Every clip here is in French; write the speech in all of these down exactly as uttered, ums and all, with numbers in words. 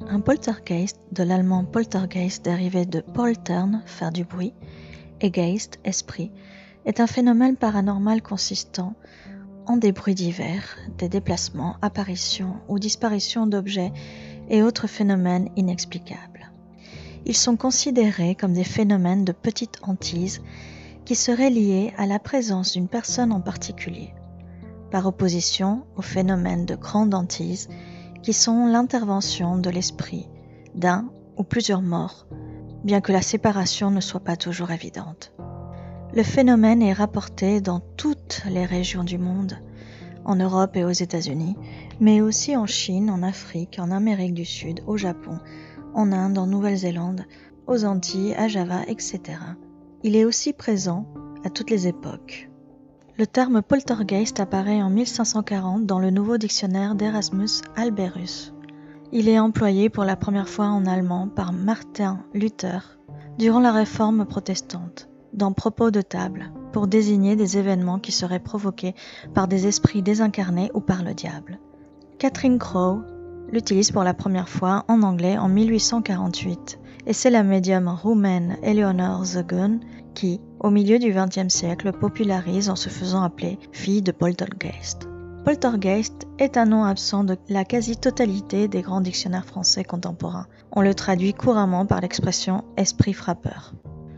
Un poltergeist, de l'allemand poltergeist dérivé de poltern, faire du bruit, et geist, esprit, est un phénomène paranormal consistant en des bruits divers, des déplacements, apparitions ou disparitions d'objets et autres phénomènes inexplicables. Ils sont considérés comme des phénomènes de petite hantise qui seraient liés à la présence d'une personne en particulier, par opposition aux phénomènes de grande hantise qui sont l'intervention de l'esprit d'un ou plusieurs morts, bien que la séparation ne soit pas toujours évidente. Le phénomène est rapporté dans toutes les régions du monde, en Europe et aux États-Unis, mais aussi en Chine, en Afrique, en Amérique du Sud, au Japon, en Inde, en Nouvelle-Zélande, aux Antilles, à Java, et cetera. Il est aussi présent à toutes les époques. Le terme poltergeist apparaît en mille cinq cent quarante dans le nouveau dictionnaire d'Erasmus Alberus. Il est employé pour la première fois en allemand par Martin Luther durant la Réforme protestante, dans Propos de table, pour désigner des événements qui seraient provoqués par des esprits désincarnés ou par le diable. Catherine Crowe l'utilise pour la première fois en anglais en mille huit cent quarante-huit, et c'est la médium roumaine Eleonore Zegun qui, au milieu du vingtième siècle, popularise en se faisant appeler fille de poltergeist. Poltergeist est un nom absent de la quasi-totalité des grands dictionnaires français contemporains. On le traduit couramment par l'expression « esprit frappeur ».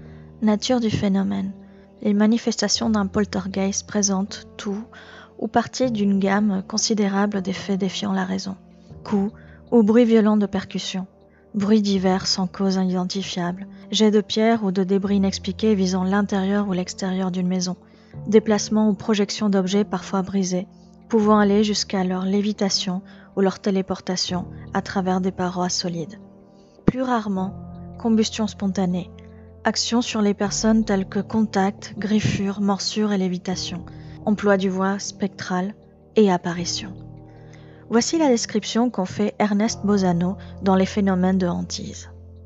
Nature du phénomène. Les manifestations d'un poltergeist présentent tout ou partie d'une gamme considérable d'effets défiant la raison. Coups ou bruits violents de percussion, bruits divers sans cause identifiable, jets de pierres ou de débris inexpliqués visant l'intérieur ou l'extérieur d'une maison, déplacements ou projections d'objets parfois brisés, pouvant aller jusqu'à leur lévitation ou leur téléportation à travers des parois solides. Plus rarement, combustion spontanée, actions sur les personnes telles que contact, griffures, morsures et lévitation, emploi du voix spectral et apparition. Voici la description qu'en fait Ernest Bozano dans les phénomènes de hantise.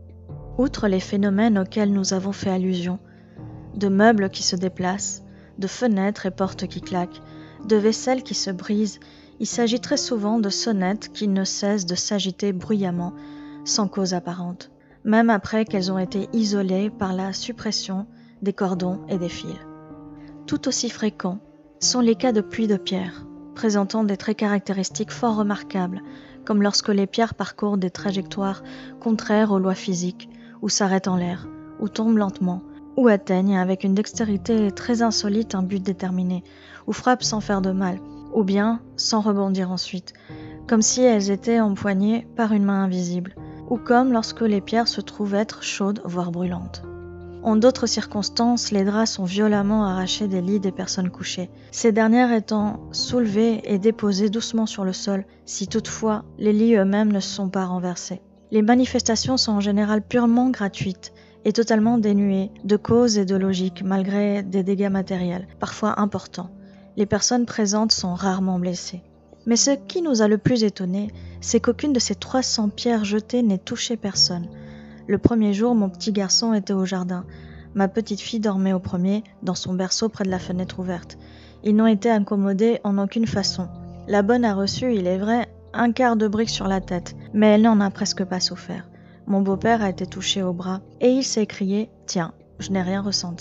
Outre les phénomènes auxquels nous avons fait allusion, de meubles qui se déplacent, de fenêtres et portes qui claquent, de vaisselle qui se brise, il s'agit très souvent de sonnettes qui ne cessent de s'agiter bruyamment, sans cause apparente, même après qu'elles ont été isolées par la suppression des cordons et des fils. Tout aussi fréquents sont les cas de pluie de pierres, présentant des traits caractéristiques fort remarquables, comme lorsque les pierres parcourent des trajectoires contraires aux lois physiques, ou s'arrêtent en l'air, ou tombent lentement, ou atteignent avec une dextérité très insolite un but déterminé, ou frappent sans faire de mal, ou bien sans rebondir ensuite, comme si elles étaient empoignées par une main invisible, ou comme lorsque les pierres se trouvent être chaudes, voire brûlantes. En d'autres circonstances, les draps sont violemment arrachés des lits des personnes couchées, ces dernières étant soulevées et déposées doucement sur le sol, si toutefois les lits eux-mêmes ne se sont pas renversés. Les manifestations sont en général purement gratuites et totalement dénuées de cause et de logique, malgré des dégâts matériels, parfois importants. Les personnes présentes sont rarement blessées. Mais ce qui nous a le plus étonnés, c'est qu'aucune de ces trois cents pierres jetées n'ait touché personne. Le premier jour, mon petit garçon était au jardin. Ma petite fille dormait au premier, dans son berceau près de la fenêtre ouverte. Ils n'ont été incommodés en aucune façon. La bonne a reçu, il est vrai, un quart de brique sur la tête, mais elle n'en a presque pas souffert. Mon beau-père a été touché au bras, et il s'est écrié « Tiens, je n'ai rien ressenti ».